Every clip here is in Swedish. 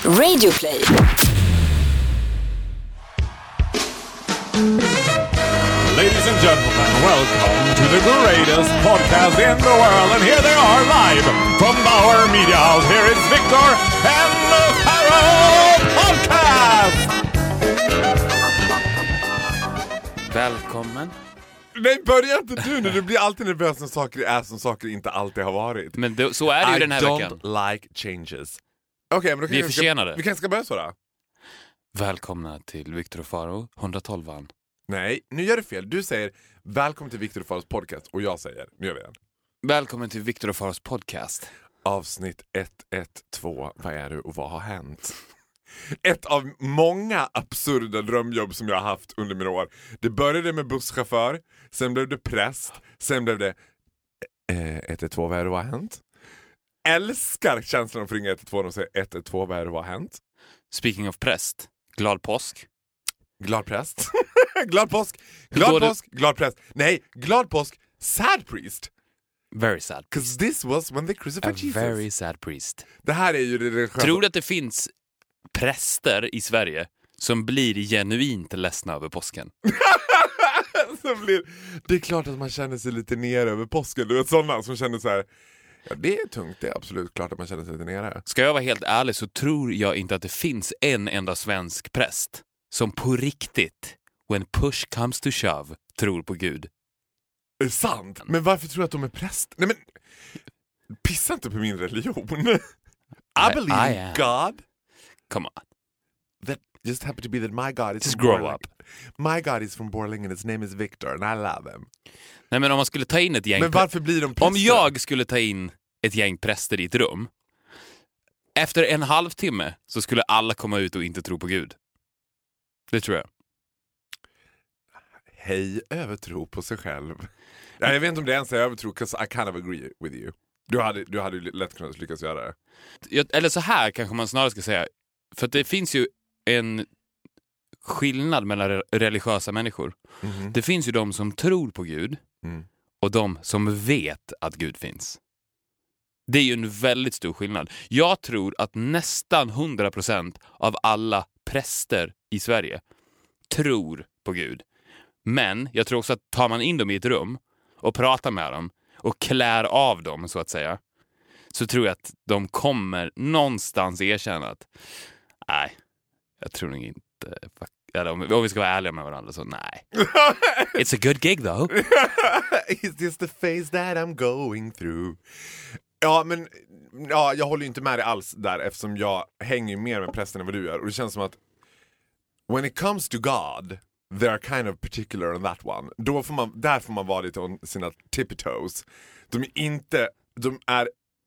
Radioplay. Ladies and gentlemen, welcome to the greatest podcast in the world. And here they are live from Bauer Media House. Here is Victor and the Pharaoh Podcast! Välkommen. Nej, börja inte du nu. Du blir alltid nervös när saker är som saker inte alltid har varit. Men så är det ju den här veckan. I don't like changes. Okej, men då Vi är försenade. Vi kanske ska börja så då. Välkomna till Victor och Faro, 112an. Nej, nu gör du fel. Du säger välkommen till Victor och Faros podcast och jag säger, nu gör vi den. Välkommen till Victor och Faros podcast. Avsnitt 112. Vad är du och vad har hänt? Ett av många absurda drömjobb som jag har haft under mina år. Det började med busschaufför, sen blev det präst, sen blev det 112, vad är det, vad har hänt? Älskar känslan att ringa 112 och säga 112, vad är det, vad har hänt? Speaking of präst, glad påsk. Glad präst. Glad påsk. Glad påsk. Glad präst. Nej, glad påsk. Sad priest. Very sad. Because this was when they crucified Jesus. Very sad priest. Det här är ju det. Tror du att det finns präster i Sverige som blir genuint ledsna över påsken? Det är klart att man känner sig lite nere över påsken. Du vet sådana som känner så här. Ja, det är tungt, det är absolut klart att man känner sig lite nere. Ska jag vara helt ärlig så tror jag inte att det finns en enda svensk präst som på riktigt, when push comes to shove, tror på Gud. Är det sant? Men varför tror du att de är präst? Nej men, pissa inte på min religion. I believe in God. Come on. That just happened to be that my God is just from grow Borlänge. up. My God is from Borlänge and his name is Victor and I love him. Nej, men om man skulle ta in ett gäng... Men varför blir de präster? Om jag skulle ta in ett gäng präster i ett rum, efter en halvtimme så skulle alla komma ut och inte tro på Gud. Det tror jag. Hej, övertro på sig själv. Jag vet inte om det ens är övertro, 'cause I kind of agree with you. Du hade ju lätt kunnat lyckas göra det. Eller så här kanske man snarare ska säga. För att det finns ju en skillnad mellan religiösa människor. Mm-hmm. Det finns ju de som tror på Gud och de som vet att Gud finns. Det är ju en väldigt stor skillnad. Jag tror att nästan 100% av alla präster i Sverige tror på Gud. Men jag tror också att tar man in dem i ett rum och pratar med dem och klär av dem så att säga, så tror jag att de kommer någonstans erkänna att nej, jag tror nog inte, eller om vi ska vara ärliga med varandra så nej. It's a good gig though. It's just the phase that I'm going through. Ja, men jag håller ju inte med dig alls där eftersom jag hänger mer med prästen än vad du gör. Och det känns som att when it comes to God, they are kind of particular on that one. Där får man vara lite on sina tippy toes. De är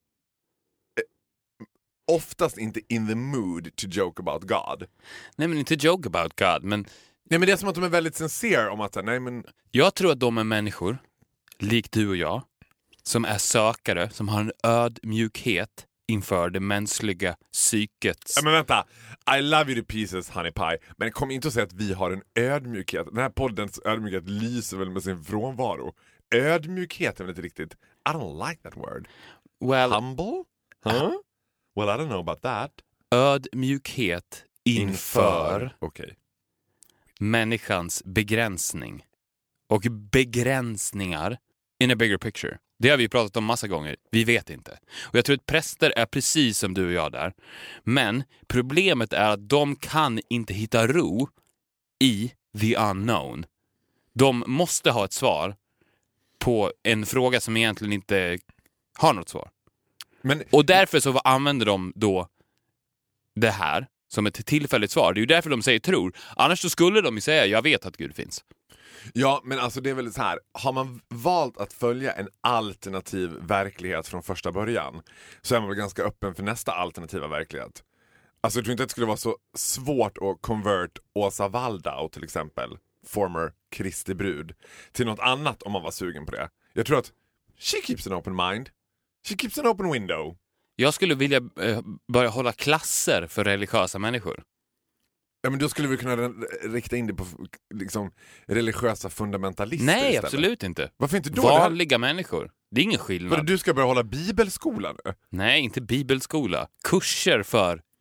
oftast inte in the mood to joke about God. Nej, men inte joke about God, men... Nej, men det är som att de är väldigt sincere om att nej, men... Jag tror att de är människor, likt du och jag, som är sökare, som har en ödmjukhet inför det mänskliga psykets... Ja, men vänta, I love you to pieces, honey pie. Men kom inte att säga att vi har en ödmjukhet. Den här poddens ödmjukhet lyser väl med sin frånvaro. Ödmjukhet är väl inte riktigt... I don't like that word. Well, humble? Huh? Well, I don't know about that. Ödmjukhet inför okay. Människans begränsning. Och begränsningar in a bigger picture. Det har vi pratat om massa gånger. Vi vet inte. Och jag tror att präster är precis som du och jag där. Men problemet är att de kan inte hitta ro i the unknown. De måste ha ett svar på en fråga som egentligen inte har något svar. Och därför så använder de då det här som ett tillfälligt svar. Det är ju därför de säger tror. Annars så skulle de ju säga jag vet att Gud finns. Ja, men alltså det är väl så här. Har man valt att följa en alternativ verklighet från första början så är man väl ganska öppen för nästa alternativa verklighet. Alltså jag tror inte att det skulle vara så svårt att convert Åsa Waldau till exempel, former Kristi brud, till något annat om man var sugen på det. Jag tror att she keeps an open mind. She keeps an open window. Jag skulle vilja börja hålla klasser för religiösa människor. Ja, men då skulle vi kunna rikta in det på liksom religiösa fundamentalister. Nej, istället. Absolut inte. Varför inte då? Vanliga människor. Det är ingen skillnad. Du ska börja hålla bibelskola nu? Nej, inte bibelskola. Kurser för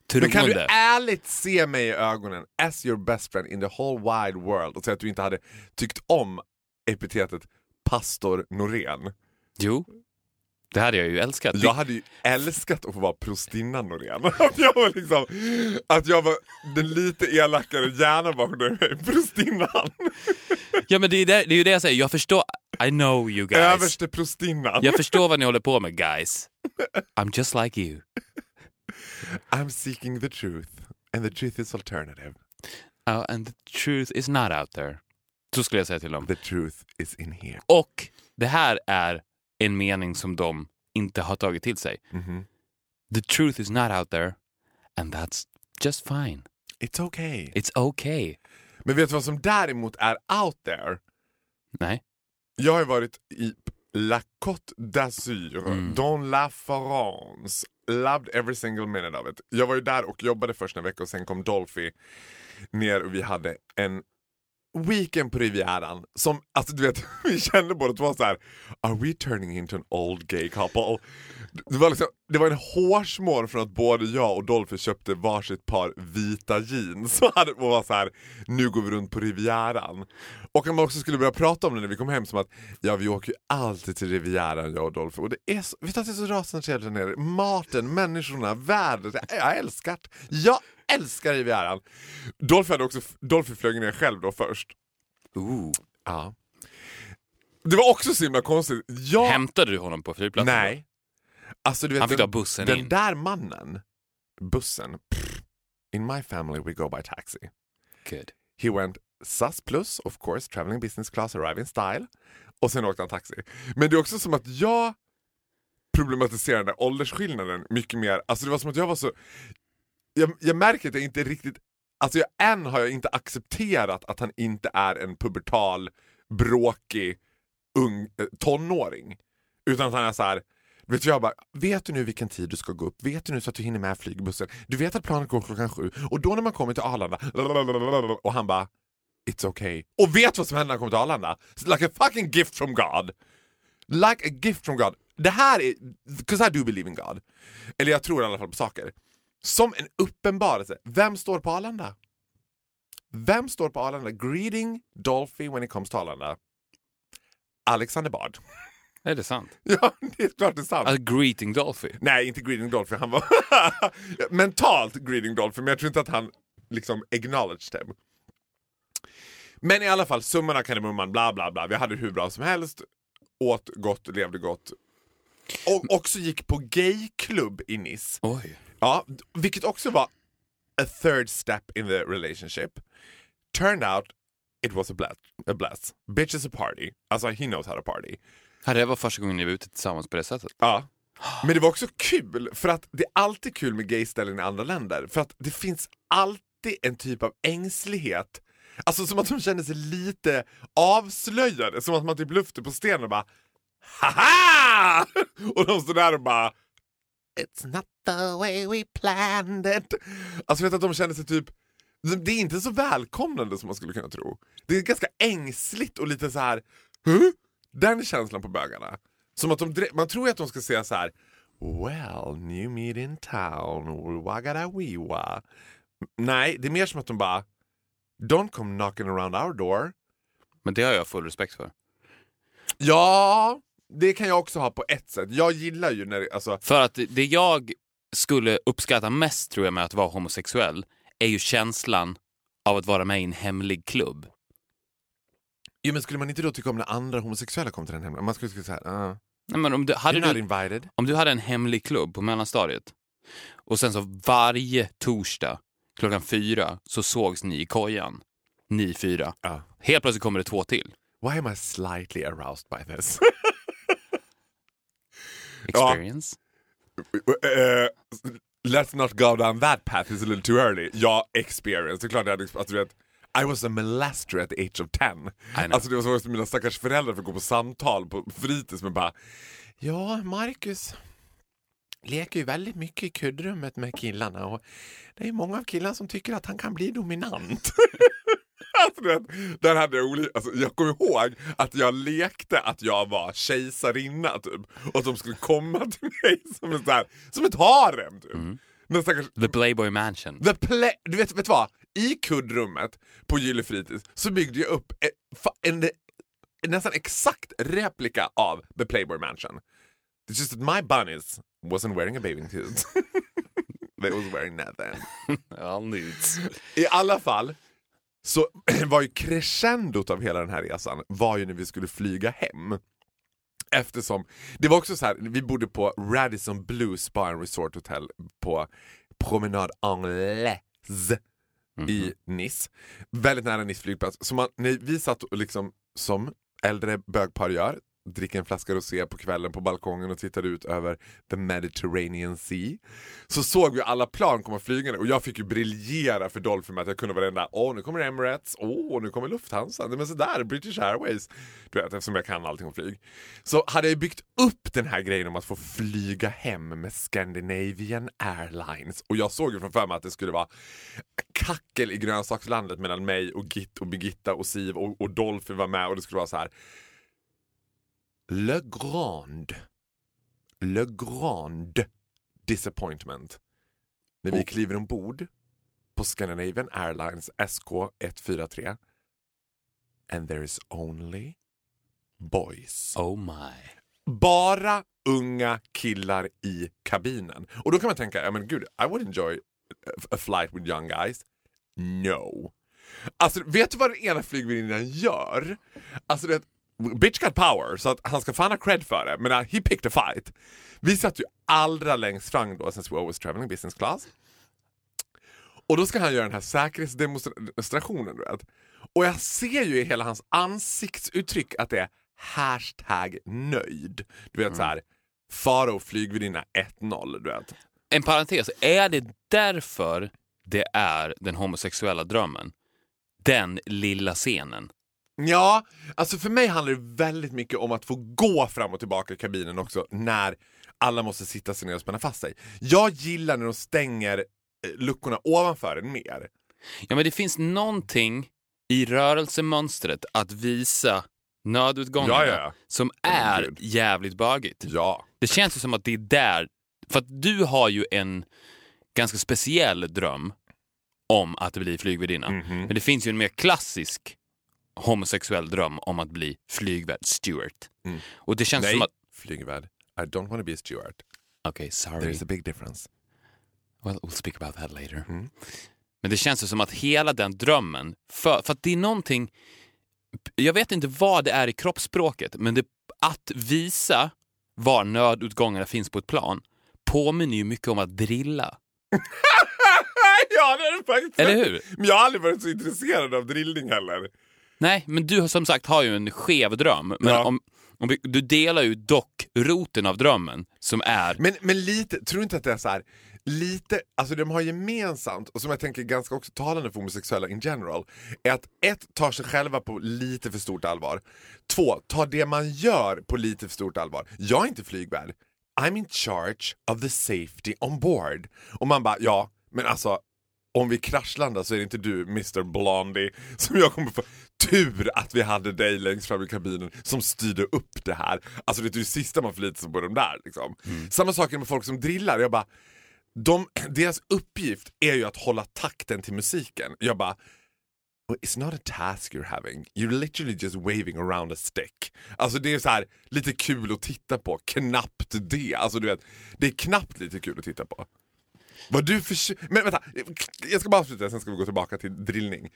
Men kan du troende. ärligt se mig i ögonen as your best friend in the whole wide world och säga att du inte hade tyckt om epitetet pastor Norén? Jo, det hade jag ju älskat. Jag hade ju älskat att få vara prostinna Norén. Att jag var den lite elakare hjärnan bakom mig, prostinnan. Ja, men det är ju det jag säger. Jag förstår, I know you guys. Överste prostinnan. Jag förstår vad ni håller på med, guys. I'm just like you. I'm seeking the truth and the truth is alternative. And the truth is not out there. Så skulle jag säga till dem. The truth is in here. Och det här är en mening som de inte har tagit till sig. Mm-hmm. The truth is not out there and that's just fine. It's okay. It's okay. Men vet du vad som däremot är out there? Nej. Jag har ju varit i La Côte d'Azur, Dans la France. Loved every single minute of it. Jag var ju där och jobbade först en vecka och sen kom Dolphy ner och vi hade en weekend på Rivieran som, alltså du vet, vi kände båda två så här: are we turning into an old gay couple? Det var en hårsmån från att både jag och Dolphy köpte varsitt par vita jeans och var så här: nu går vi runt på Rivieran. Och man också skulle börja prata om det när vi kom hem, som att ja, vi åker ju alltid till Rivieran, jag och Dolphy, och det är så, vet du att det är så rasande trevligt där nere. Maten, människorna, vädret, jag älskar det. Jag älskar Rivieran. Dolphy flög ner själv då först. Ja. Det var också så himla konstigt. Hämtade du honom på flygplatsen? Nej. Alltså, du vet, han fick ta bussen in. Den där mannen, bussen, in my family we go by taxi. Good. He went SAS plus, of course, traveling business class, arriving style. Och sen åkte han taxi. Men det är också som att jag problematiserar den där åldersskillnaden mycket mer. Alltså det var som att jag var så... Jag märker att jag inte riktigt... Alltså än har jag inte accepterat att han inte är en pubertal, bråkig, ung tonåring. Utan att han är så här... Vet du nu vilken tid du ska gå upp? Vet du nu så att du hinner med flygbussen? Du vet att planet går 7:00. Och då när man kommer till Arlanda... Och han bara... It's okay. Och vet vad som händer när han kommer till Arlanda? It's like a fucking gift from God. Like a gift from God. Det här är... Because I do believe in God. Eller jag tror i alla fall på saker. Som en uppenbarelse. Vem står på Arlanda? Vem står på Arlanda? Greeting Dolphy when it comes to Arlanda. Alexander Bard. Är det sant? Ja, det är klart det är sant. Greeting Dolphy? Nej, inte Greeting Dolphy. Han var mentalt Greeting Dolphy, men jag tror inte att han liksom acknowledged them. Men i alla fall, summan av kardemumman, bla bla bla. Vi hade hur bra som helst. Åt gott, levde gott. Och också gick på gayklubb i Nice. Oj. Ja, vilket också var a third step in the relationship. Turned out it was a blast. Bitch is a party. Alltså, he knows how to party. Det var första gången ni var ute tillsammans på det sättet. Ja. Men det var också kul, för att det är alltid kul med gayställen i andra länder. För att det finns alltid en typ av ängslighet. Alltså som att de känner sig lite avslöjade. Som att man typ lyfter på stenen och bara haha! Och de står där och bara it's not the way we planned it. Alltså vet att de känner sig typ... Det är inte så välkomnande som man skulle kunna tro. Det är ganska ängsligt och lite så här... Den känslan på bögarna. Som att man tror att de ska säga så här: well, new meet in town, wagada wiwa. Nej, det är mer som att de bara don't come knocking around our door. Men det har jag full respekt för. Ja, det kan jag också ha på ett sätt. Jag gillar ju när alltså... För att det jag skulle uppskatta mest, tror jag, med att vara homosexuell är ju känslan av att vara med i en hemlig klubb. Jo, men skulle man inte då tycka om när andra homosexuella kom till den hemliga? Man skulle säga nej, men om du hade en hemlig klubb på mellanstadiet och sen så varje torsdag 4:00 så sågs ni i kojan. Ni 4. Ja. Helt plötsligt kommer det 2 till. Why am I slightly aroused by this? Experience? Let's not go down that path, it's a little too early. Ja, experience. Det är klart att du vet, I was a molester at the age of 10. Alltså det var så att mina stackars föräldrar fick gå på samtal på fritids med bara, ja, Marcus leker ju väldigt mycket i kuddrummet med killarna och det är många av killarna som tycker att han kan bli dominant. Alltså, där hade jag kommer ihåg att jag lekte att jag var kejsarinna typ, och att de skulle komma till mig som ett harem typ. The Playboy Mansion. Du vet vad? I kuddrummet på Gyllefritids så byggde jag upp en nästan exakt replika av The Playboy Mansion. It's just that my bunnies wasn't wearing a bathing suit. They was wearing nothing. All nudes. I alla fall så var ju crescendot av hela den här resan var ju när vi skulle flyga hem. Eftersom, det var också så här, vi bodde på Radisson Blu Spa and Resort Hotel på Promenade Anglaise i Nice. Väldigt nära Nice flygplats. Så när vi satt och liksom, som äldre bögpar gör, dricker en flaska rosé på kvällen på balkongen och tittade ut över the Mediterranean Sea, så såg vi alla plan komma flygande och jag fick ju briljera för Dolphy med att jag kunde varenda, nu kommer Emirates, nu kommer Lufthansa, men så där, British Airways, du vet, eftersom jag kan allting om flyg. Så hade jag byggt upp den här grejen om att få flyga hem med Scandinavian Airlines, och jag såg ju framför mig att det skulle vara kackel i grönsakslandet mellan mig och Git och Birgitta och Siv och Dolphy var med, och det skulle vara så här Le Grand Disappointment när vi kliver ombord på Scandinavian Airlines SK143 and there is only boys. Oh my. Bara unga killar i kabinen. Och då kan man tänka, men gud, I would enjoy a flight with young guys. No. Alltså, vet du vad den ena flygvärdinnan gör? Alltså, det bitch got power, så att han ska fan ha cred för det. Men he picked a fight. Vi satt ju allra längst fram då, since we always traveling business class. Och då ska han göra den här säkerhetsdemonstrationen, du vet. Och jag ser ju i hela hans ansiktsuttryck att det är #nöjd. Du vet så här, Faro flygvärdinna 1-0, du vet. En parentes, är det därför det är den homosexuella drömmen? Den lilla scenen. Ja, alltså för mig handlar det väldigt mycket om att få gå fram och tillbaka i kabinen också när alla måste sitta sig ner och spänna fast sig. Jag gillar när de stänger luckorna ovanför en mer. Ja, men det finns någonting i rörelsemönstret att visa nödutgångarna som är jävligt bögigt. Ja. Det känns ju som att det är där, för att du har ju en ganska speciell dröm om att bli flygvärdinna. Men det finns ju en mer klassisk homosexuell dröm om att bli flygvärd, steward. Och det känns som att flygvärd. I don't want to be a steward. Okay, sorry. There's a big difference. Well, we'll speak about that later. Men det känns som att hela den drömmen, för att det är någonting, jag vet inte vad det är i kroppsspråket, men att visa var nödutgångarna finns på ett plan påminner ju mycket om att drilla. Ja, det är det faktiskt. Eller hur? Men jag har aldrig varit så intresserad av drillning heller. Nej, men du som sagt har ju en skev dröm. Men du delar ju dock roten av drömmen som är... Men lite, tror du inte att det är så här, lite, alltså de har gemensamt, och som jag tänker ganska också talande för homosexuella in general, är att 1, tar sig själva på lite för stort allvar. 2, tar det man gör på lite för stort allvar. Jag är inte flygvärd. I'm in charge of the safety on board. Och man bara, ja, men alltså, om vi kraschlandar så är det inte du, Mr. Blondie, som jag kommer få. Tur att vi hade dig längst fram i kabinen som styrde upp det här. Alltså det är ju sista man förlitar sig på de där liksom. Samma sak med folk som drillar. Jag bara, deras uppgift är ju att hålla takten till musiken. Jag bara, it's not a task you're having. You're literally just waving around a stick. Alltså det är så här lite kul att titta på. Knappt det. Alltså du vet, det är knappt lite kul att titta på. Vad du men vänta, jag ska bara avsluta, sen ska vi gå tillbaka till drillning.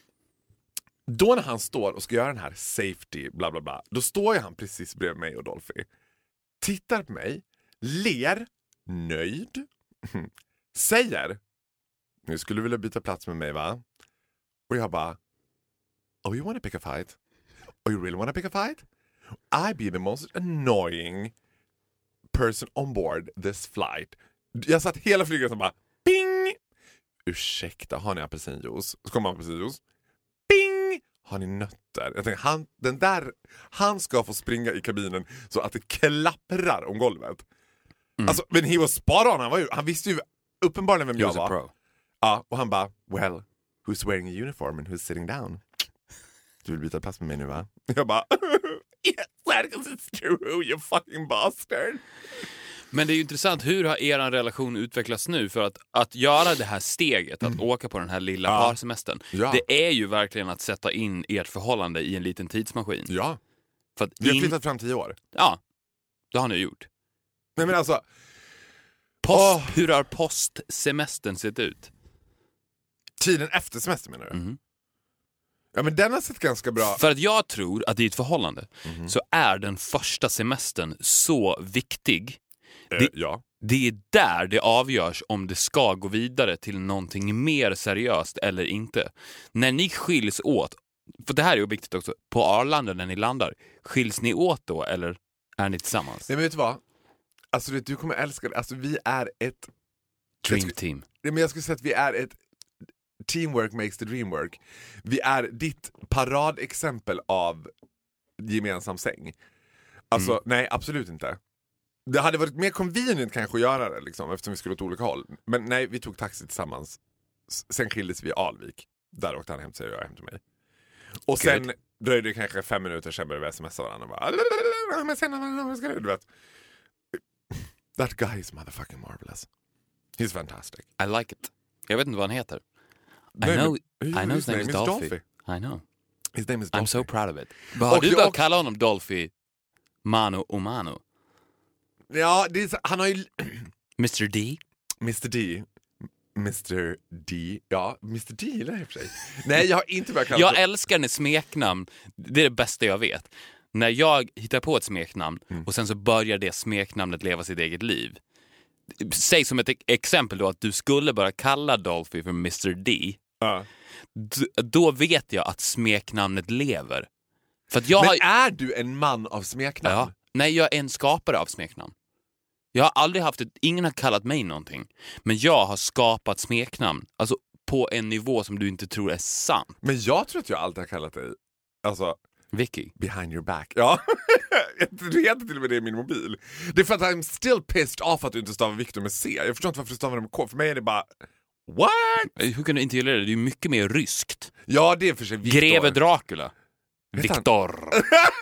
Då när han står och ska göra den här safety bla bla bla, då står ju han precis bredvid mig och Dolphy. Tittar på mig, ler, nöjd, säger, nu skulle du vilja byta plats med mig, va? Och jag bara, oh, you wanna pick a fight? Oh, you really wanna pick a fight? I be the most annoying person on board this flight. Jag satt hela flyget och bara, ping! Ursäkta, har ni apelsinjuice? Så kommer apelsinjuice. Ping! Har ni nötter? Jag tänkte, han ska få springa i kabinen så att det klapprar om golvet. Alltså, men he was spot on. Han visste ju uppenbarligen vem jag var. Pro. Ja, och han bara, well, who's wearing a uniform and who's sitting down? Du vill byta plats med mig nu, va? Jag bara, yes, because it's true, you fucking bastard. Men det är ju intressant, hur har er relation utvecklats nu? För att göra det här steget, att åka på den här lilla parsemestern, det är ju verkligen att sätta in ert förhållande i en liten tidsmaskin. Ja, för att vi har flyttat fram 10 år. Ja, det har ni gjort. Nej, men alltså... Hur har postsemestern sett ut? Tiden efter semester menar du? Ja, men den har sett ganska bra. För att jag tror att i ett förhållande så är den första semestern så viktig. Det är där det avgörs om det ska gå vidare till någonting mer seriöst eller inte. När ni skiljs åt, för det här är ju viktigt också, på Arlanda när ni landar, skiljs ni åt då eller är ni tillsammans? Nej, men vet du vad? Alltså du kommer älska det. Alltså vi är ett dream team. Nej, men jag skulle säga att vi är ett teamwork makes the dream work. Vi är ditt paradexempel av gemensam säng. Alltså nej, absolut inte. Det hade varit mer convenient kanske att göra det liksom, eftersom vi skulle åt olika håll. Men nej, vi tog taxi tillsammans. Sen skildes vi i Alvik. Där åkte han hem till sig och jag hem till mig. Och sen dröjde det kanske 5 minuter, sen började vi smsa varandra och bara, men sen vad ska du vet. That guy is motherfucking marvelous. He's fantastic. I like it. Jag vet inte vad han heter. I know his name is Dolphy. I know. His name is Dolphy. I'm so proud of it. Har du börjat kalla honom Dolphy Mano och Mano? Ja, han har ju... Mr. D? Mr. D. Mr. D. Ja, Mr. D gillar jag i och för sig. Nej, jag har inte börjat kalla Jag älskar när smeknamn, det är det bästa jag vet. När jag hittar på ett smeknamn och sen så börjar det smeknamnet leva sitt eget liv. Säg som ett exempel då att du skulle bara kalla Dolphy för Mr. D. Då vet jag att smeknamnet lever. För att Men är du en man av smeknamn? Ja. Nej, jag är en skapare av smeknamn. Jag har aldrig haft ingen har kallat mig någonting. Men jag har skapat smeknamn. Alltså på en nivå som du inte tror är sant. Men jag tror att jag alltid har kallat dig, alltså, Vicky. Behind your back. Ja, du heter till och med det i min mobil. Det är för att I'm still pissed off att du inte stavar Victor med C. Jag förstår inte varför du stavar det med K. För mig är det bara, what? Hur kan du inte gilla det? Det är mycket mer ryskt. Ja, det är för sig Victor. Greve Dracula. Victor.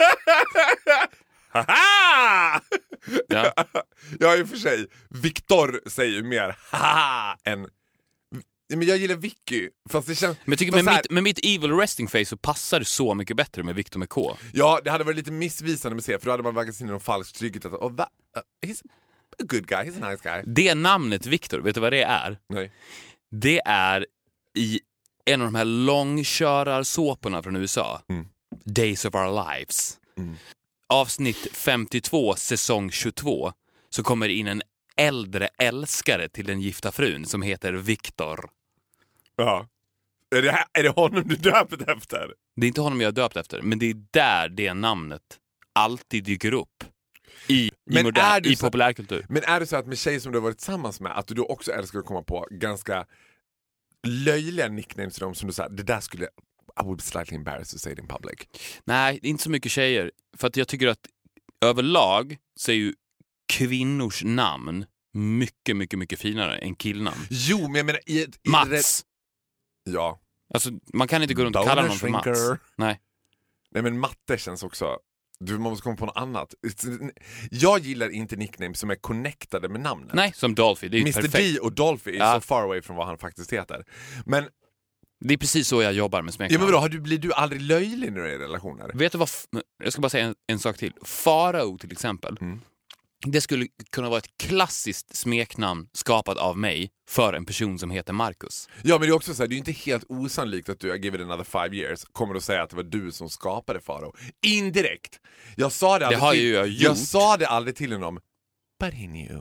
Haha! Ja. Ja, i och för sig. Victor säger ju mer haha än... Men jag gillar Vicky. Fast det känns... Men jag tycker med mitt evil resting face så passar det så mycket bättre med Victor med K. Ja, det hade varit lite missvisande med C. För då hade man vaggat in i någon falsk trygghet att he's a good guy, he's a nice guy. Det namnet Victor, vet du vad det är? Nej. Det är i en av de här långkörarsåporna från USA. Days of Our Lives. Avsnitt 52, säsong 22, så kommer in en äldre älskare till den gifta frun som heter Victor. Ja. Är det honom du döpt efter? Det är inte honom jag döpt efter, men det är där det namnet alltid dyker upp i populärkultur. Men är det så att med tjejer som du har varit tillsammans med, att du då också älskar att komma på ganska löjliga nicknames till dem som du säger, det där skulle... I would be slightly embarrassed to say it in public. Nej, inte så mycket tjejer. För att jag tycker att överlag så är ju kvinnors namn mycket, mycket, mycket finare än killnamn. Jo, men jag menar... Mats! Ja. Alltså, man kan inte gå runt och kalla någon för Mats. Nej, men matte känns också... Man måste komma på något annat. Jag gillar inte nicknames som är connectade med namnet. Nej, som Dolphy. Det är Mr. perfekt. D och Dolphy är så far away från vad han faktiskt heter. Men... Det är precis så jag jobbar med smeknamn. Ja, men vadå, blir du aldrig löjlig när du är i relationer? Vet du vad... Jag ska bara säga en sak till. Farao till exempel. Det skulle kunna vara ett klassiskt smeknamn skapat av mig för en person som heter Marcus. Ja, men det är också så här, det är inte helt osannolikt att du, I give it another 5 years, kommer att säga att det var du som skapade Farao. Indirekt. Jag sa det aldrig har ju jag gjort. Jag sa det aldrig till honom. But he knew.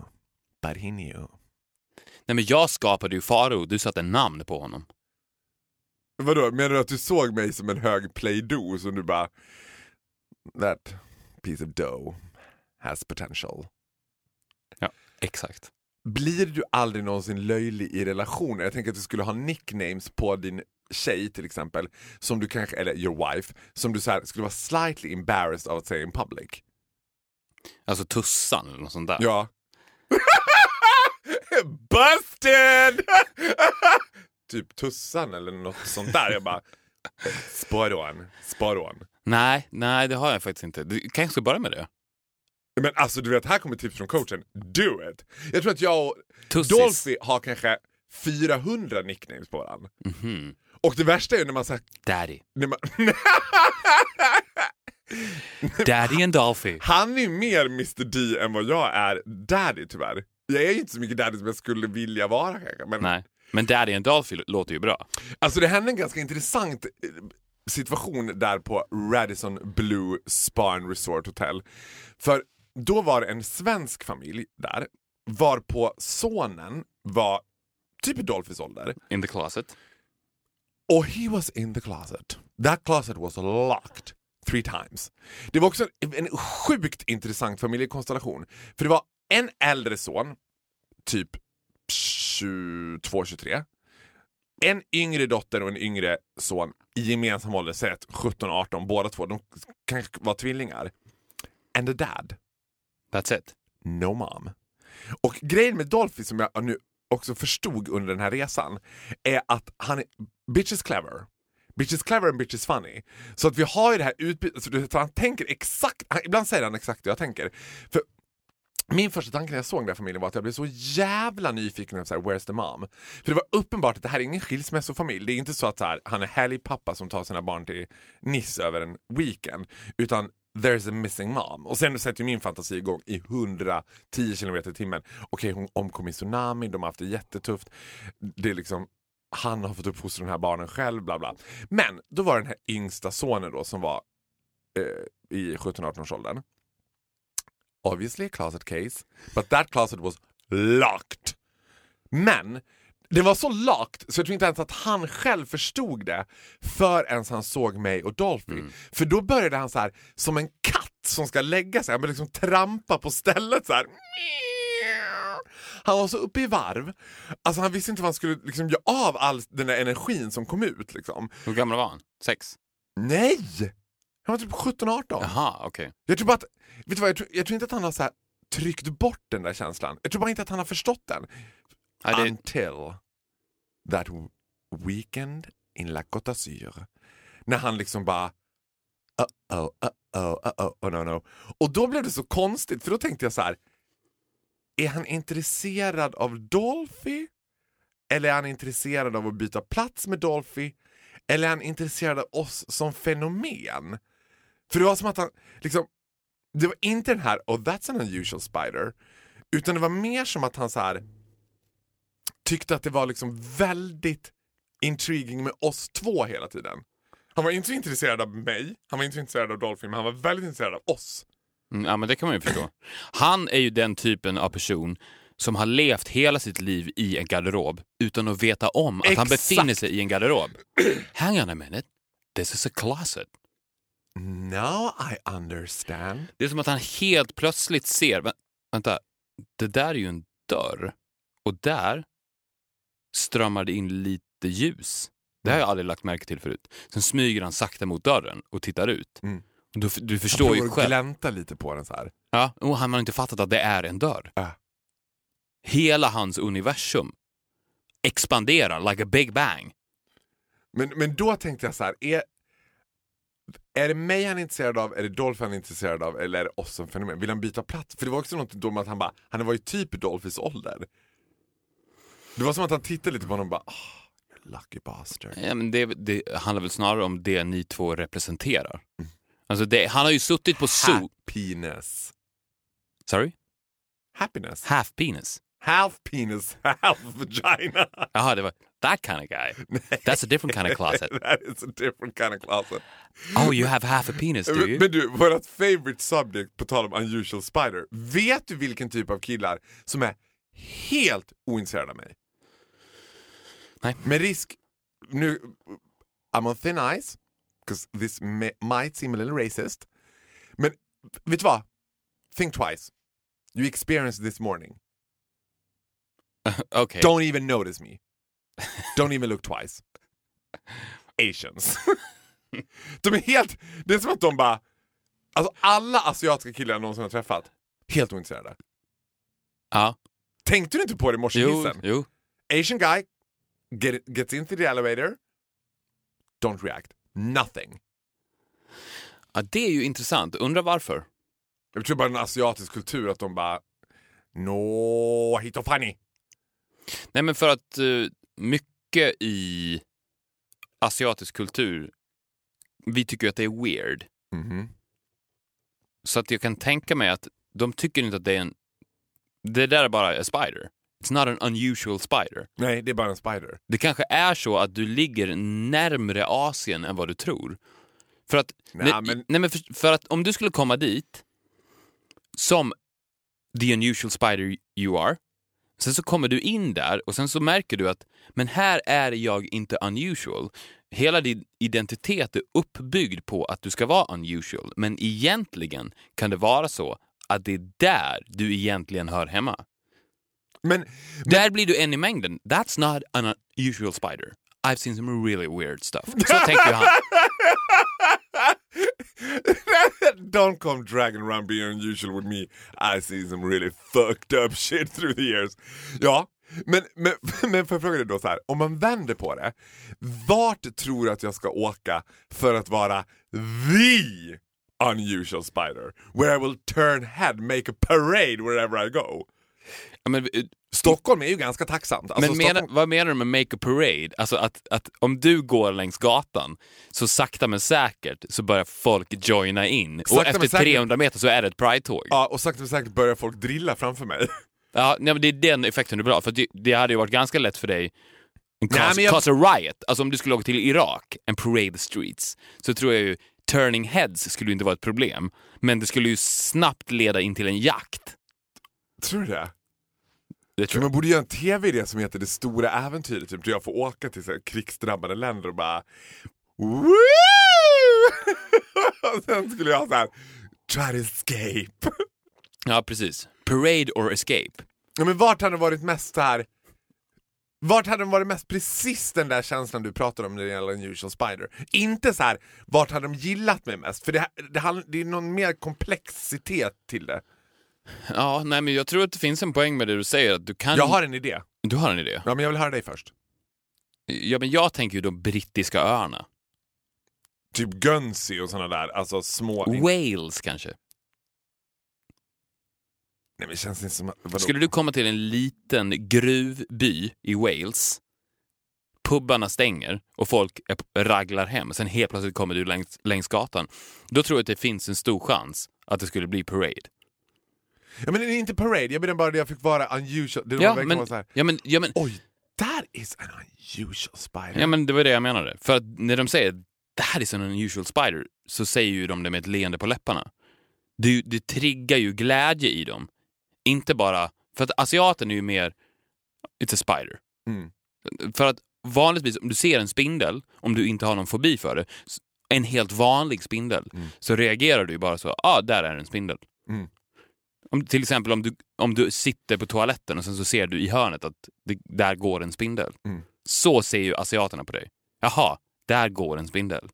Nej, men jag skapade ju Farao. Du satte namn på honom. Vadå, menar du att du såg mig som en hög play-doh som du bara, that piece of dough has potential? Ja, exakt. Blir du aldrig någonsin löjlig i relationer? Jag tänker att du skulle ha nicknames på din tjej till exempel, som du kanske, eller your wife, som du så här, skulle vara slightly embarrassed av att säga in public. Alltså Tussan eller något sånt där. Ja. Busted! Typ Tussan eller något sånt där. Jag bara, spår on. Nej, det har jag faktiskt inte. Du kanske ska börja med det. Men alltså du vet, här kommer tips från coachen. Do it! Jag tror att jag och Tussis. Dolphy har kanske 400 nicknames på varandra. Och det värsta är ju när man säger... Daddy. När man, Daddy and Dolphy. han är ju mer Mr. D än vad jag är Daddy tyvärr. Jag är ju inte så mycket Daddy som jag skulle vilja vara kanske. Men... Nej, men Daddy and Dolphy låter ju bra. Alltså det hände en ganska intressant situation där på Radisson Blue Spa and Resort Hotel. För då var det en svensk familj där, varpå sonen var typ i Dolphys ålder. In the closet. Och he was in the closet. That closet was locked 3 times. Det var också en sjukt intressant familjekonstellation. För det var en äldre son, typ 22-23. En yngre dotter och en yngre son i gemensam ålder, säg 17-18, båda två. De kanske var tvillingar. And a dad. That's it. No mom. Och grejen med Dolphy som jag nu också förstod under den här resan är att han är bitch is clever. Bitch is clever and bitch is funny. Så att vi har ju det här utbytet, så han tänker exakt, ibland säger han exakt det jag tänker. För min första tanke när jag såg den här familjen var att jag blev så jävla nyfiken på where's the mom? För det var uppenbart att det här är ingen skilsmässofamilj. Det är inte så att han är helgpappa som tar sina barn till Nice över en weekend, utan there's a missing mom. Och sen sätter ju min fantasi igång i 110 km i timmen. Okej, hon omkom i tsunami, de har haft det jättetufft. Det är liksom, han har fått uppfostra de här barnen själv, bla bla. Men då var den här yngsta sonen då som var i 17-18 års åldern. Obviously a closet case, but that closet was locked. Men det var så locked så jag tror inte ens att han själv förstod det förrän han såg mig och Dolphy. För då började han så här som en katt som ska lägga sig. Han började liksom trampa på stället så här. Han var så uppe i varv. Alltså han visste inte vad han skulle liksom göra av all den där energin som kom ut liksom. Hur gammal var han? 6? Nej! Han var typ 17-18. Jaha, okej. Jag tror bara att, vet du vad, jag tror inte att han har så här tryckt bort den där känslan. Jag tror bara inte att han har förstått den. Until that weekend in La Côte d'Azur. När han liksom bara oh no. Och då blev det så konstigt, för då tänkte jag så här: är han intresserad av Dolphy? Eller är han intresserad av att byta plats med Dolphy? Eller är han intresserad av oss som fenomen? För det var som att han liksom, det var inte den här oh that's an unusual spider, utan det var mer som att han så här tyckte att det var liksom väldigt intriguing med oss två hela tiden. Han var inte intresserad av mig, han var inte intresserad av Dolphy, men han var väldigt intresserad av oss. Ja, men det kan man ju förstå. Han är ju den typen av person som har levt hela sitt liv i en garderob utan att veta om att han befinner sig i en garderob. Hang on a minute, this is a closet. Now I understand. Det är som att han helt plötsligt ser, vänta, det där är ju en dörr. Och där strömmar det in lite ljus. Det har jag aldrig lagt märke till förut. Sen smyger han sakta mot dörren och tittar ut. Du förstår ju själv. Glänta lite på den så här. Ja, och han har inte fattat att det är en dörr. Hela hans universum expanderar like a big bang. Men då tänkte jag så här, är det mig han är intresserad av, är det Dolphy han är intresserad av, eller är det oss som fenomen? Vill han byta plats? För det var också något då med att han var ju typ i Dolphys ålder. Det var som att han tittade lite på honom och bara, you lucky bastard. Ja, men det handlar väl snarare om det ni två representerar. Alltså han har ju suttit på zoo. Happiness. Sorry? Happiness. Half penis. Half penis, half vagina. Jaha, det var that kind of guy. That's a different kind of closet. That is a different kind of closet. Oh, you have half a penis, do you? Men du, vårt favorite subject på tal om unusual spider. Vet du vilken typ av killar som är helt ointresserade av mig? Nej. Med risk, nu, I'm on thin ice, because this might seem a little racist. Men vet du vad? Think twice. You experienced this morning. Okay. Don't even notice me. Don't even look twice. Asians. De är helt, det är som att de bara, alltså alla asiatiska killar jag någonsin har träffat, helt ointresserade. Ja. Tänkte du inte på det i morse? Jo. Asian guy gets into the elevator, don't react. Nothing. Ja, det är ju intressant. Undrar varför? Jag tror bara en asiatisk kultur att de bara no, hit och funny. Nej, men för att mycket i asiatisk kultur, vi tycker att det är weird. Mhm. Så att jag kan tänka mig att de tycker inte att det är det där är bara a spider. It's not an unusual spider. Nej, det är bara en spider. Det kanske är så att du ligger närmare Asien än vad du tror. För att, för att om du skulle komma dit som the unusual spider you are, sen så kommer du in där och sen så märker du att men här är jag inte unusual. Hela din identitet är uppbyggd på att du ska vara unusual. Men egentligen kan det vara så att det är där du egentligen hör hemma. Men där blir du en i mängden. That's not an unusual spider. I've seen some really weird stuff. Så tänker han. Don't come dragging around being unusual with me. I see some really fucked up shit through the years. Ja, men får jag fråga dig då så här. Om man vänder på det, vart tror du att jag ska åka för att vara the unusual spider? Where I will turn head, make a parade wherever I go. Ja, men, Stockholm är ju ganska tacksamt. Alltså, men vad menar du med make a parade? Alltså att om du går längs gatan så sakta men säkert så börjar folk joina in. Sakta och efter 300 meter så är det ett pride-tåg. Ja, och sakta men säkert börjar folk drilla framför mig. Ja, nej, men det är den effekten du vill ha. För det hade ju varit ganska lätt för dig cause a riot. Alltså om du skulle åka till Irak and parade the streets, så tror jag ju turning heads skulle inte vara ett problem. Men det skulle ju snabbt leda in till en jakt. Tror du det? Det tror jag. Man borde göra en tv-idé som heter Det stora äventyret, typ, där jag får åka till så här krigsdrabbade länder och bara woo! Och sen skulle jag så här try to escape. Ja, precis. Parade or escape. Ja, men vart hade det varit mest så här? Vart hade de varit mest precis den där känslan du pratar om när det gäller Unusual Spider? Inte så här, vart hade de gillat mig mest? För det är någon mer komplexitet till det. Ja, nej, men jag tror att det finns en poäng med det du säger. Att du kan... Jag har en idé. Du har en idé? Ja, men jag vill höra dig först. Ja, men jag tänker ju de brittiska öarna. Typ Guernsey och såna där, alltså små... Wales kanske? Nej, men det känns inte som... Vadå? Skulle du komma till en liten gruvby i Wales, pubbarna stänger och folk raglar hem, sen helt plötsligt kommer du längs gatan, då tror jag att det finns en stor chans att det skulle bli parade. Ja, men det är inte parade, jag menar bara det jag fick vara unusual. Det Ja, var men, så här, ja, men oj, that is an unusual spider. Ja, men det var det jag menade. För att när de säger that is an unusual spider, så säger ju de det med ett leende på läpparna. Du triggar ju glädje i dem. Inte bara... För att asiaten är ju mer... It's a spider. Mm. För att vanligtvis, om du ser en spindel, om du inte har någon fobi för det, en helt vanlig spindel, så reagerar du ju bara så, där är en spindel. Mm. Till exempel om du sitter på toaletten och sen så ser du i hörnet att där går en spindel. Mm. Så ser ju asiaterna på dig. Jaha, där går en spindel.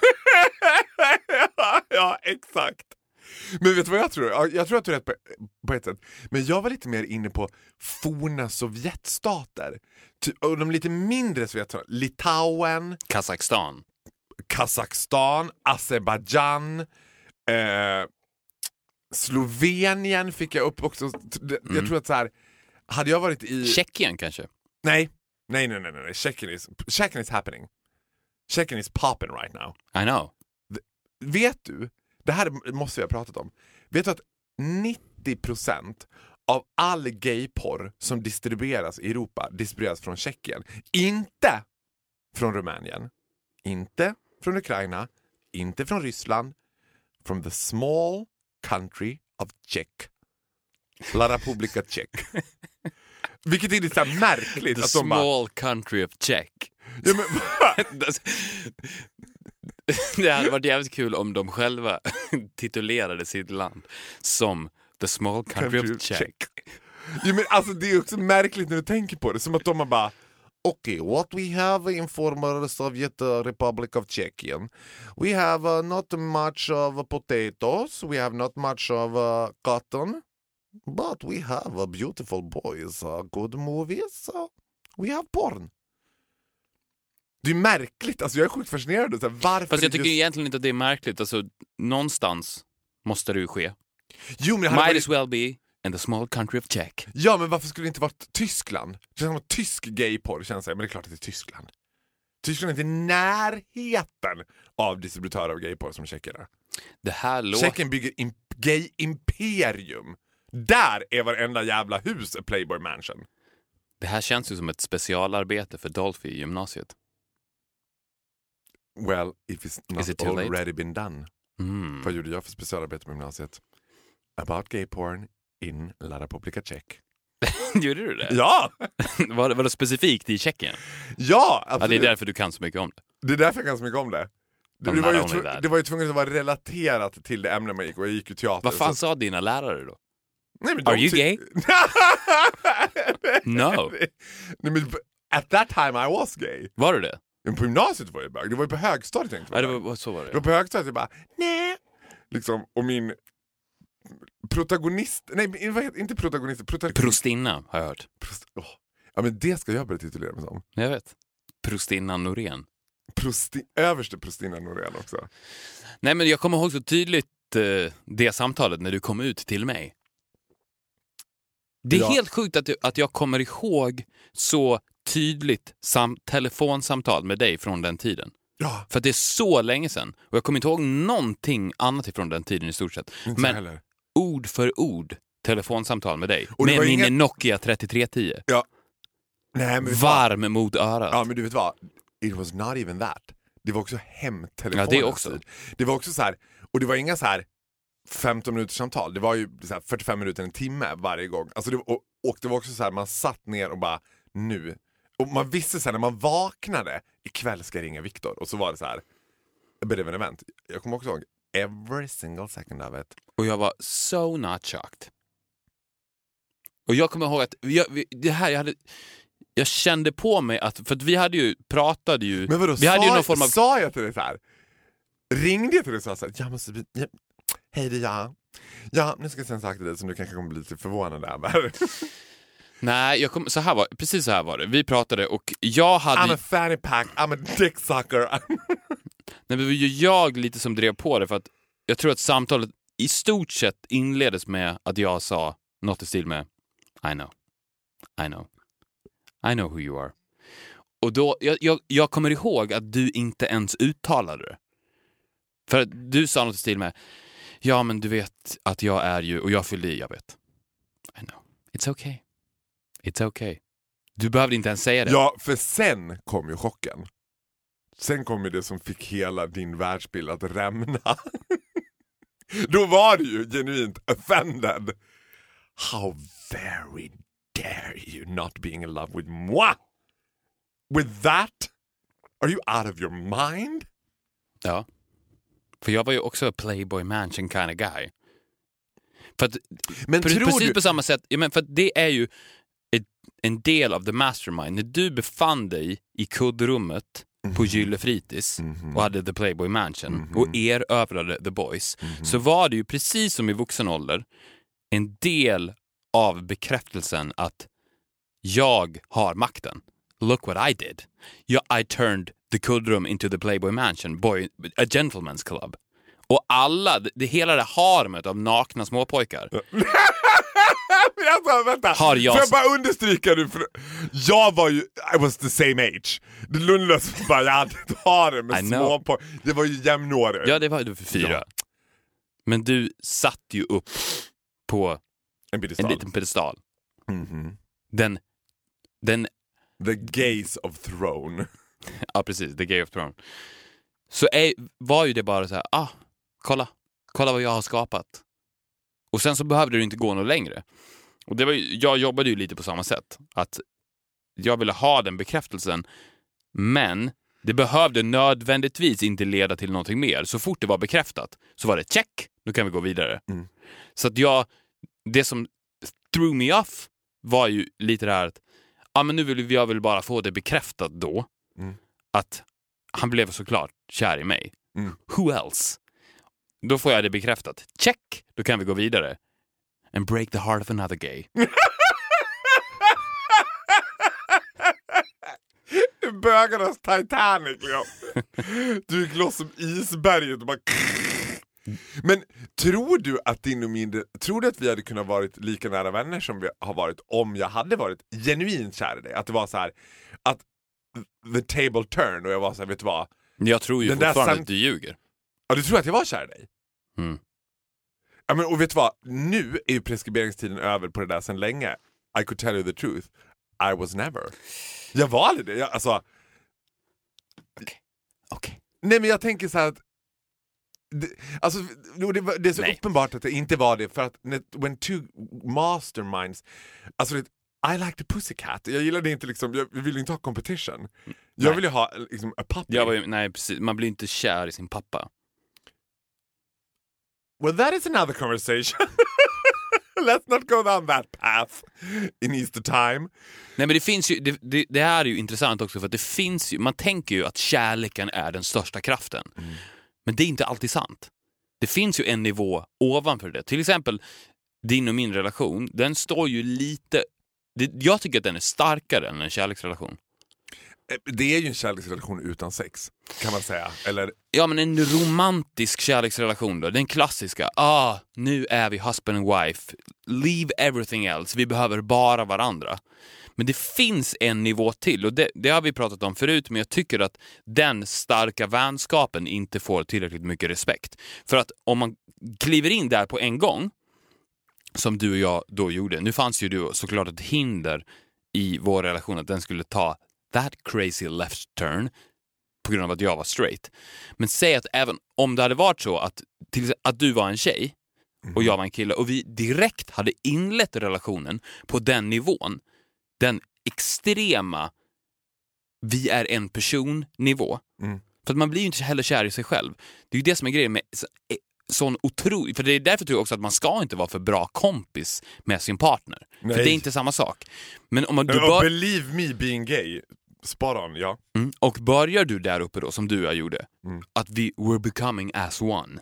Ja, exakt. Men vet du vad jag tror? Jag tror att du är rätt på ett sätt. Men jag var lite mer inne på forna Sovjetstater. Och de lite mindre Sovjetstater. Litauen, Kazakstan, Azerbaijan, Slovenien fick jag upp också. Jag tror att så här, hade jag varit i... Tjeckien kanske? Nej. Tjeckien is happening. Tjeckien is popping right now. I know. Vet du, det här måste vi ha pratat om. Vet du att 90% av all gayporr som distribueras i Europa distribueras från Tjeckien? Inte från Rumänien, inte från Ukraina, inte från Ryssland, from the small country of Czech. La Republika Czech. Vilket är lite så här märkligt. The att de small country of Czech. Ja, men... Det hade varit jävligt kul om de själva titulerade sitt land som The small country of Czech. Ja, men alltså, det är också märkligt när du tänker på det. Som att de har bara... Okay, what we have in former Soviet Republic of Czechia. We have not much of potatoes. We have not much of cotton. But we have beautiful boys, good movies. We have porn. Det är märkligt. Alltså, jag är sjukt fascinerad. Så här, varför fast jag tycker egentligen inte att det är märkligt. Alltså, någonstans måste det ju ske. Jo, men det Might hade as well be in the small country of Czech. Ja, men varför skulle det inte vara Tyskland? Det känns som att tysk gayporr känns men det är klart att det är Tyskland. Tyskland är inte i närheten av distributörer av gayporr som tjeckerna. Det här låter... Tjeckien bygger gay-imperium. Där är varenda jävla hus ett Playboy Mansion. Det här känns ju som ett specialarbete för Dolphy i gymnasiet. Well, if it's Is it not too late? already been done. Vad gjorde jag för specialarbete på gymnasiet? About gay porn in La Republika Czech. Gjorde du det? Ja! Var det specifikt i Tjeckien? Ja, Ja, absolut. det är därför du kan så mycket om det. Det är därför jag kan så mycket om det. Det I'm var, not ju only that. det var ju tvunget att vara relaterat till det ämne man gick, och jag gick ju teater. Vad fan sa dina lärare då? Nej, men Are you gay? No. Nej, men at that time I was gay. Var du det? Men på gymnasiet var jag bög. Det var ju på högstadiet tänkte jag. Så var det. Det var på högstadiet jag bara, nej. Liksom, och min protagonist, nej vad heter, inte protagonist, Prostinna har jag hört. Ja, men det ska jag börja titulera mig som. Jag vet. Prostinna Norén. Överste Prostinna Norén också. Nej, men jag kommer ihåg så tydligt det samtalet när du kom ut till mig. Det är helt sjukt att jag kommer ihåg så tydligt telefonsamtal med dig från den tiden. Ja. För att det är så länge sedan. Och jag kommer inte ihåg någonting annat ifrån den tiden i stort sett. Inte men heller. Ord för ord telefonsamtal med dig. Och det med var min Nokia 3310. Ja. Nej, men varm mot örat. Ja, men du vet vad? It was not even that. Det var också hemtelefonen. Ja, det också. Det var också så här, och det var inga så här 15 minuters samtal. Det var ju så här 45 minuter, en timme varje gång. Alltså det, och det var också så här, man satt ner och bara, nu. Och man visste så här, när man vaknade, ikväll ska jag ringa Viktor. Och så var det så här, a bit of an event. Jag kommer också ihåg every single second of it. Och jag var so not shocked. Och jag kommer ihåg att jag kände på mig att, för att vi hade ju, pratade ju. Men vadå, vi hade ju någon form av... sa jag till dig så här? Ringde jag till dig och sa så här, jag måste bli... Hej, det är jag. Ja, nu ska jag säga en sak till dig som du kanske kommer bli lite förvånad över. Nej, precis så här var det. Vi pratade och jag hade... I'm a fanny pack, I'm a dick sucker. Nej, men det var ju jag lite som drev på det, för att jag tror att samtalet i stort sett inleddes med att jag sa något i stil med I know who you are. Och då, jag kommer ihåg att du inte ens uttalade det. För att du sa något i stil med, ja men du vet att jag är ju, och jag fyllde i, jag vet. I know. It's okay. Du behövde inte ens säga det. Ja, för sen kom ju chocken. Sen kom ju det som fick hela din världsbild att rämna. Då var du ju genuint offended. How very dare you not being in love with moi? With that? Are you out of your mind? Ja. För jag var ju också a Playboy Mansion kind of guy. För att, men precis på samma sätt, för att det är ju en del av the mastermind. När du befann dig i kuddrummet på Gylle Fritids och hade the Playboy Mansion och erövrade the boys, så var det ju precis som i vuxen ålder en del av bekräftelsen att jag har makten. Look what I did. I turned the kuddrum into the Playboy Mansion, a gentleman's club. Och hela det harmet av nakna småpojkar. Vänta. Har jag... Får jag bara understryka nu, för jag var ju, I was the same age. Det lundlöst bara, jag hade ett harem med småpojkar. Det var ju jämnårig. Ja, det var du för 4. Ja. Men du satt ju upp på en liten pedestal. Den The gaze of throne. Ja, precis. The gaze of throne. Så var ju det bara så här, kolla vad jag har skapat. Och sen så behövde du inte gå något längre. Och det var jag jobbade ju lite på samma sätt. Att jag ville ha den bekräftelsen. Men det behövde nödvändigtvis inte leda till någonting mer. Så fort det var bekräftat så var det check. Nu kan vi gå vidare. Så att det som threw me off var ju lite det här att men nu vill jag bara få det bekräftat då. Att han blev såklart kär i mig. Who else? Då får jag det bekräftat. Check! Då kan vi gå vidare. And break the heart of another gay. Bögarnas Titanic. Ja. Du gick loss som isberget och bara... Men tror du att tror du att vi hade kunnat varit lika nära vänner som vi har varit om jag hade varit genuint kär i dig? Att det var så här, att the table turn och jag var så här, vet du vad? Jag tror ju fortfarande att du ljuger. Ja, du tror att jag var kär i dig? Mm. Ja, men och vet du vad? Nu är ju preskriberingstiden över på det där sedan länge. I could tell you the truth. I was never. Jag var aldrig det. Okej. Nej, men jag tänker så här att det är så uppenbart att det inte var det, för att when two masterminds, alltså I like the pussycat. Jag gillade inte liksom, jag vill inte ha competition. Jag vill ju ha liksom a puppy. Nej, precis. Man blir inte kär i sin pappa. Well, that is another conversation. Let's not go down that path in Easter time. Nej, men det finns ju, det här är ju intressant också, för att det finns ju, man tänker ju att kärleken är den största kraften. Men det är inte alltid sant. Det finns ju en nivå ovanför det. Till exempel din och min relation, den står ju lite, jag tycker att den är starkare än en kärleksrelation. Det är ju en kärleksrelation utan sex, kan man säga. Eller... Ja, men en romantisk kärleksrelation då, den klassiska. Nu är vi husband and wife. Leave everything else. Vi behöver bara varandra. Men det finns en nivå till, och det har vi pratat om förut, men jag tycker att den starka vänskapen inte får tillräckligt mycket respekt. För att om man kliver in där på en gång, som du och jag då gjorde, nu fanns ju du såklart ett hinder i vår relation att den skulle ta that crazy left turn på grund av att jag var straight. Men säg att även om det hade varit så att du var en tjej och jag var en kille och vi direkt hade inlett relationen på den nivån, den extrema vi är en person nivå. För att man blir ju inte heller kär i sig själv. Det är ju det som är grejen med sån otrolig, för det är därför tror jag också att man ska inte vara för bra kompis med sin partner. Nej. För det är inte samma sak. Men om believe me being gay, spot on, ja. Och börjar du där uppe då, som du och jag gjorde, att vi were becoming as one,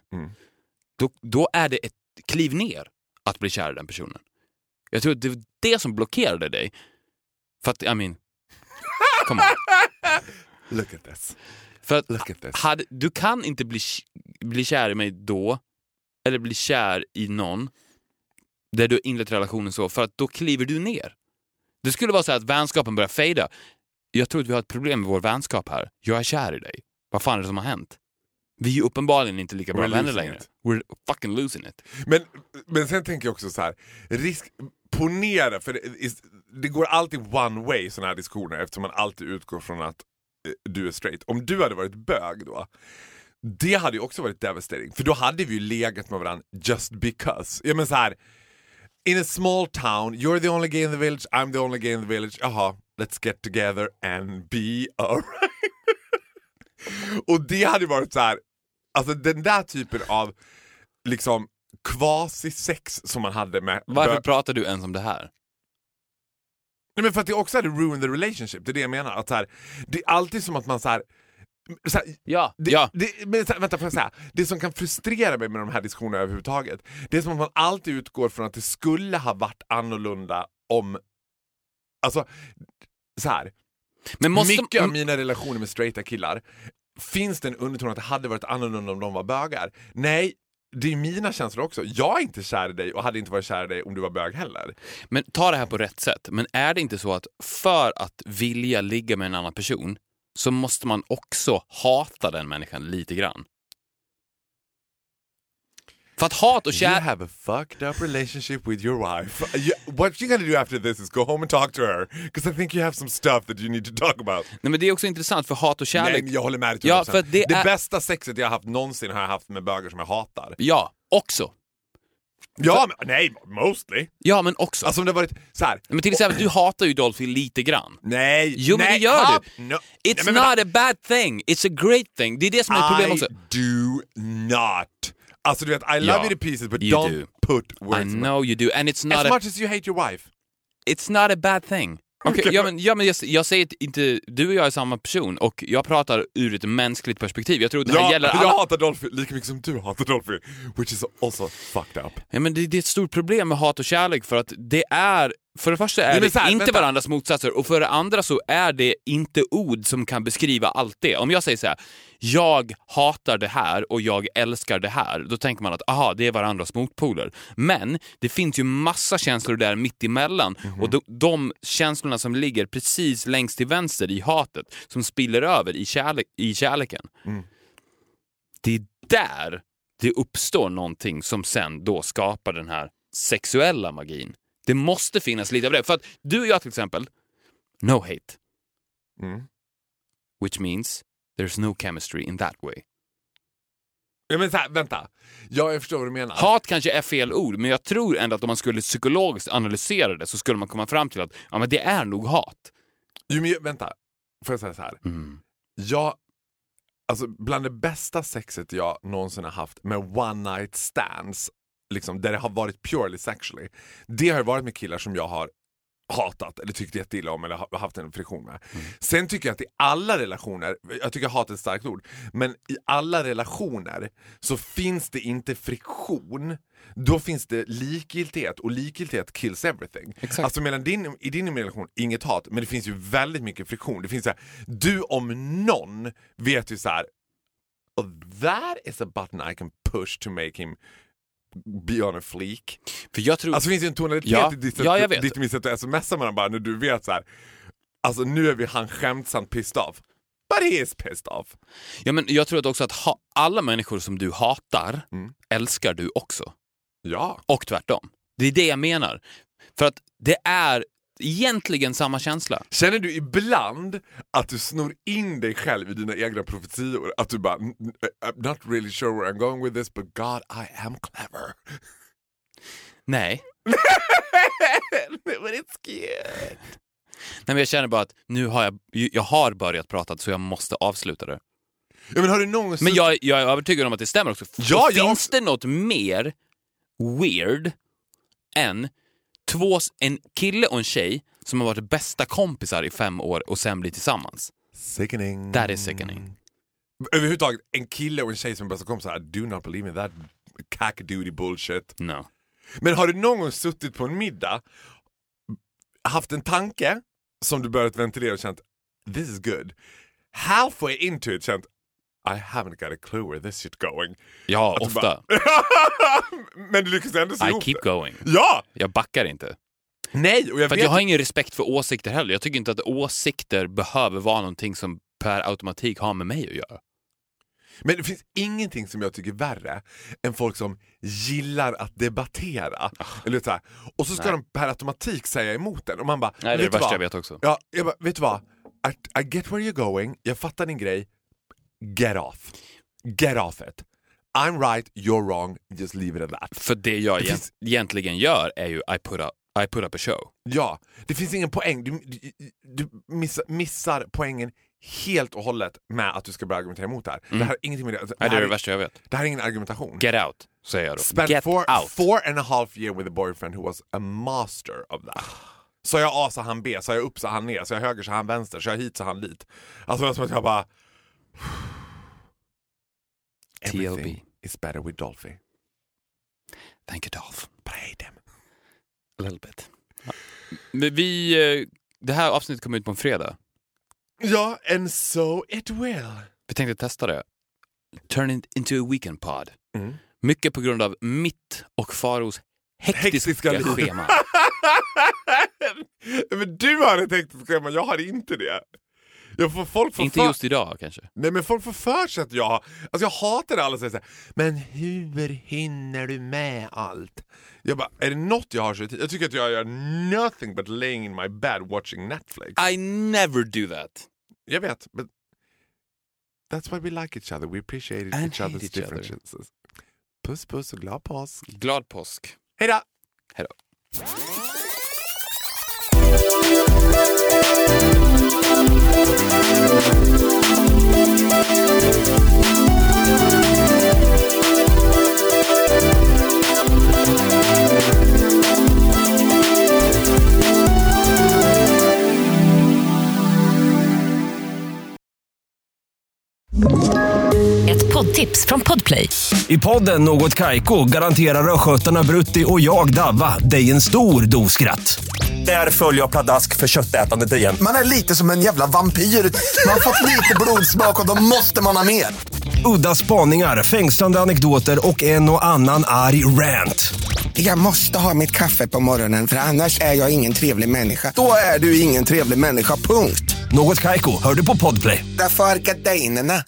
då är det ett kliv ner att bli kär i den personen. Jag tror att det var det som blockerade dig. För att, come on. Look at this. För att du kan inte bli kär i mig då, eller bli kär i någon där du inlett relationen så, för att då kliver du ner. Det skulle vara så att vänskapen börjar fejda. Jag tror att vi har ett problem med vår vänskap här. Jag är kär i dig. Vad fan är det som har hänt? Vi är ju uppenbarligen inte lika bra vänner längre. We're fucking losing it. Men sen tänker jag också så här, ponera, för det går alltid one way såna här diskussioner, eftersom man alltid utgår från att du är straight. Om du hade varit bög då, det hade ju också varit devastating, för då hade vi ju legat med varandra just because. Ja, men så här, in a small town, you're the only gay in the village, I'm the only gay in the village. Jaha, let's get together and be alright. Och det hade varit så här, alltså den där typen av liksom quasi-sex som man hade med... Varför pratar du ens om det här? Nej, men för att det också hade ruined the relationship. Det är det jag menar. Att så här, det är alltid som att man så här, men vänta, får jag säga, det som kan frustrera mig med de här diskussionerna överhuvudtaget, det är som att man alltid utgår från att det skulle ha varit annorlunda om, alltså så här. Men mycket av mina relationer med straighta killar, finns det en underton att det hade varit annorlunda om de var bögar? Nej, det är mina känslor också. Jag är inte kär i dig och hade inte varit kär i dig om du var bög heller. Men ta det här på rätt sätt. Men är det inte så att för att vilja ligga med en annan person så måste man också hata den människan lite grann? För att hat och kär... You have a fucked up relationship with your wife. What you're gonna do after this is go home and talk to her. Because I think you have some stuff that you need to talk about. Nej, men det är också intressant, för hat och kärlek... Nej, jag håller med dig. Ja, för det bästa sexet jag har haft någonsin har jag haft med bögar som jag hatar. Ja, också. Ja, men, nej, mostly. Ja, men också. Alltså om det varit så här. Men till exempel, du hatar ju Dolphy lite grann. Nej. Jo, men nej, det gör du. No. It's not a bad thing. It's a great thing. Det är det som är ett problem också. I do not. Alltså du vet, I love you to pieces, but don't put words. I know you do, and it's not as much as you hate your wife. It's not a bad thing. Okay, ja, men jag säger inte, du och jag är samma person, och jag pratar ur ett mänskligt perspektiv. Jag tror att det här gäller alla. Jag hatar Dolphy lika mycket som du hatar Dolphy, which is also fucked up. Ja, men det är ett stort problem med hat och kärlek, för att det är för det första är det inte varandras motsatser, och för det andra så är det inte ord som kan beskriva allt det. Om jag säger så här, jag hatar det här och jag älskar det här, då tänker man att aha, det är varandras motpoler. Men det finns ju massa känslor där mitt emellan, och de känslorna som ligger precis längst till vänster i hatet, som spiller över i kärleken. Det är där det uppstår någonting som sen då skapar den här sexuella magin. Det måste finnas lite av det. För att du och jag till exempel, no hate. Which means there's no chemistry in that way. Ja, men så här, vänta. Jag förstår vad du menar. Hat kanske är fel ord, men jag tror ändå att om man skulle psykologiskt analysera det så skulle man komma fram till att ja, men det är nog hat. Jo, men vänta. Får jag säga så här? Alltså, bland det bästa sexet jag någonsin har haft med one night stands, liksom, där det har varit purely sexually, det har varit med killar som jag har hatat eller tyckt jätteilla om eller haft en friktion med. Sen tycker jag att i alla relationer, jag tycker hat är ett starkt ord, men i alla relationer så finns det inte friktion, då finns det likgiltighet, och likgiltighet kills everything. Exakt. Alltså i din relation inget hat, men det finns ju väldigt mycket friktion. Det finns så här, du om någon vet ju så här, oh, that is a button I can push to make him be on a fleek. För jag tror... Alltså det finns ju en tonalitet i ditt sätt att smsa man bara när du vet så här. Alltså nu är han skämtsamt pissed off. But he is pissed off. Ja, men jag tror också att alla människor som du hatar älskar du också. Ja. Och tvärtom. Det är det jag menar. För att det är egentligen samma känsla. Känner du ibland att du snor in dig själv i dina egna profetior? Att du bara, I'm not really sure where I'm going with this, but God, I am clever. Nej. But it's cute. Nej, men jag känner bara att nu har jag har börjat prata, så jag måste avsluta det. Ja, men har du någon... Men jag är övertygad om att det stämmer också. Ja, finns det något mer weird än en kille och en tjej som har varit bästa kompisar i 5 år och sen blir tillsammans? Sickening. That is sickening. Överhuvudtaget, en kille och en tjej som är bästa kompisar, I do not believe in that cack-duty bullshit. No. Men har du någon gång suttit på en middag, haft en tanke som du börjat ventilera och känt, this is good, halfway into it känt, I haven't got a clue where this shit going. Ja, ofta. Men du lyckas ändå se ihop. I keep going. Ja! Jag backar inte. Nej, och jag har ingen respekt för åsikter heller. Jag tycker inte att åsikter behöver vara någonting som per automatik har med mig att göra. Men det finns ingenting som jag tycker värre än folk som gillar att debattera. Eller så här. Och så ska de per automatik säga emot den. Och man bara, nej, det är det värsta jag vet också. Ja, jag bara, vet du vad? I get where you're going. Jag fattar din grej. Get off. Get off it. I'm right, you're wrong. Just leave it at that. För det jag egentligen gör är ju I put up a show. Ja, det finns ingen poäng. Du missar poängen helt och hållet med att du ska börja argumentera emot det här. Det här har ingenting med det. Nej, det är det värsta jag vet. Det här är ingen argumentation. Get out, säger jag då. Spent 4.5 years with a boyfriend who was a master of that. Så jag A så han B, så jag upp så han ner, så jag höger så han vänster, så jag hit så han dit. Alltså det är som att jag bara... Everything is better with Dolphy. Thank you, Dolph. But I hate him. A little bit. Ja. Men det här avsnittet kommer ut på en fredag. Ja, and so it will. Vi tänkte testa det. Turn it into a weekend pod. Mycket på grund av mitt och Faros hektiska schema. Men du har ett hektiskt schema, jag har inte det. Inte just idag kanske. Nej, men folk får för sig att jag hatar det, alla säger så här, men hur hinner du med allt? Jag bara, är det något jag har så tid? Jag tycker att jag gör nothing but laying in my bed watching Netflix. I never do that. Jag vet, but that's why we like each other. We appreciate each other's differences. Puss puss och glad påsk. Glad påsk. Hej då. Hej då. Ett poddtips från Podplay. I podden Något Kaiko garanterar röskötarna Brutti och jag Davva dig en stor doskratt. Där följer jag pladask för köttätandet igen. Man är lite som en jävla vampyr. Man har fått lite blodsmak och då måste man ha mer. Udda spaningar, fängslande anekdoter och en och annan arg rant. Jag måste ha mitt kaffe på morgonen för annars är jag ingen trevlig människa. Då är du ingen trevlig människa, punkt. Något Kaiko, hör du på Podplay. Därför är gardinerna.